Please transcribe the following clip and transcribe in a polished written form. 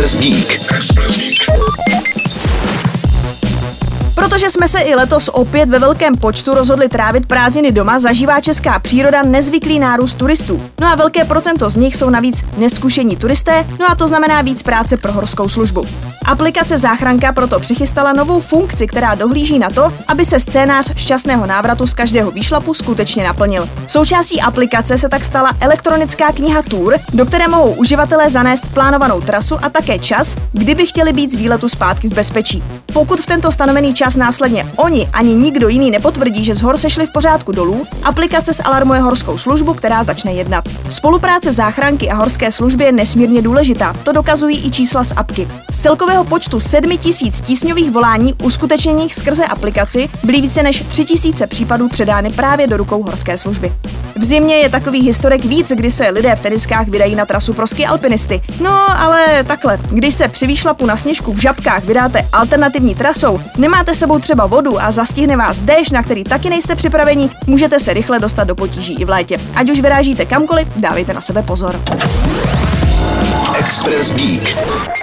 Express Geek. Protože jsme se i letos opět ve velkém počtu rozhodli trávit prázdniny doma, zažívá česká příroda nezvyklý nárůst turistů. No a velké procento z nich jsou navíc neskušení turisté, no a to znamená víc práce pro horskou službu. Aplikace Záchranka proto přichystala novou funkci, která dohlíží na to, aby se scénář šťastného návratu z každého výšlapu skutečně naplnil. Součástí aplikace se tak stala elektronická kniha Tour, do které mohou uživatelé zanést plánovanou trasu a také čas, kdyby chtěli být z výletu zpátky v bezpečí. Pokud v tento stanovený čas následně oni ani nikdo jiný nepotvrdí, že z hor sešli v pořádku dolů, aplikace zalarmuje horskou službu, která začne jednat. Spolupráce záchranky a horské služby je nesmírně důležitá, to dokazují i čísla z apky. Z celkového počtu 7 000 tísňových volání uskutečněných skrze aplikaci byly více než 3 000 případů předány právě do rukou horské služby. V zimě je takových historek víc, kdy se lidé v teniskách vydají na trasu pro ski alpinisty. No, ale takhle, když se při výšlapu na sněžku v Žabkách vydáte alternativní trasou, nemáte sebou třeba vodu a zastihne vás déšť, na který taky nejste připraveni, můžete se rychle dostat do potíží i v létě. Ať už vyrážíte kamkoliv, dávejte na sebe pozor. Express Geek.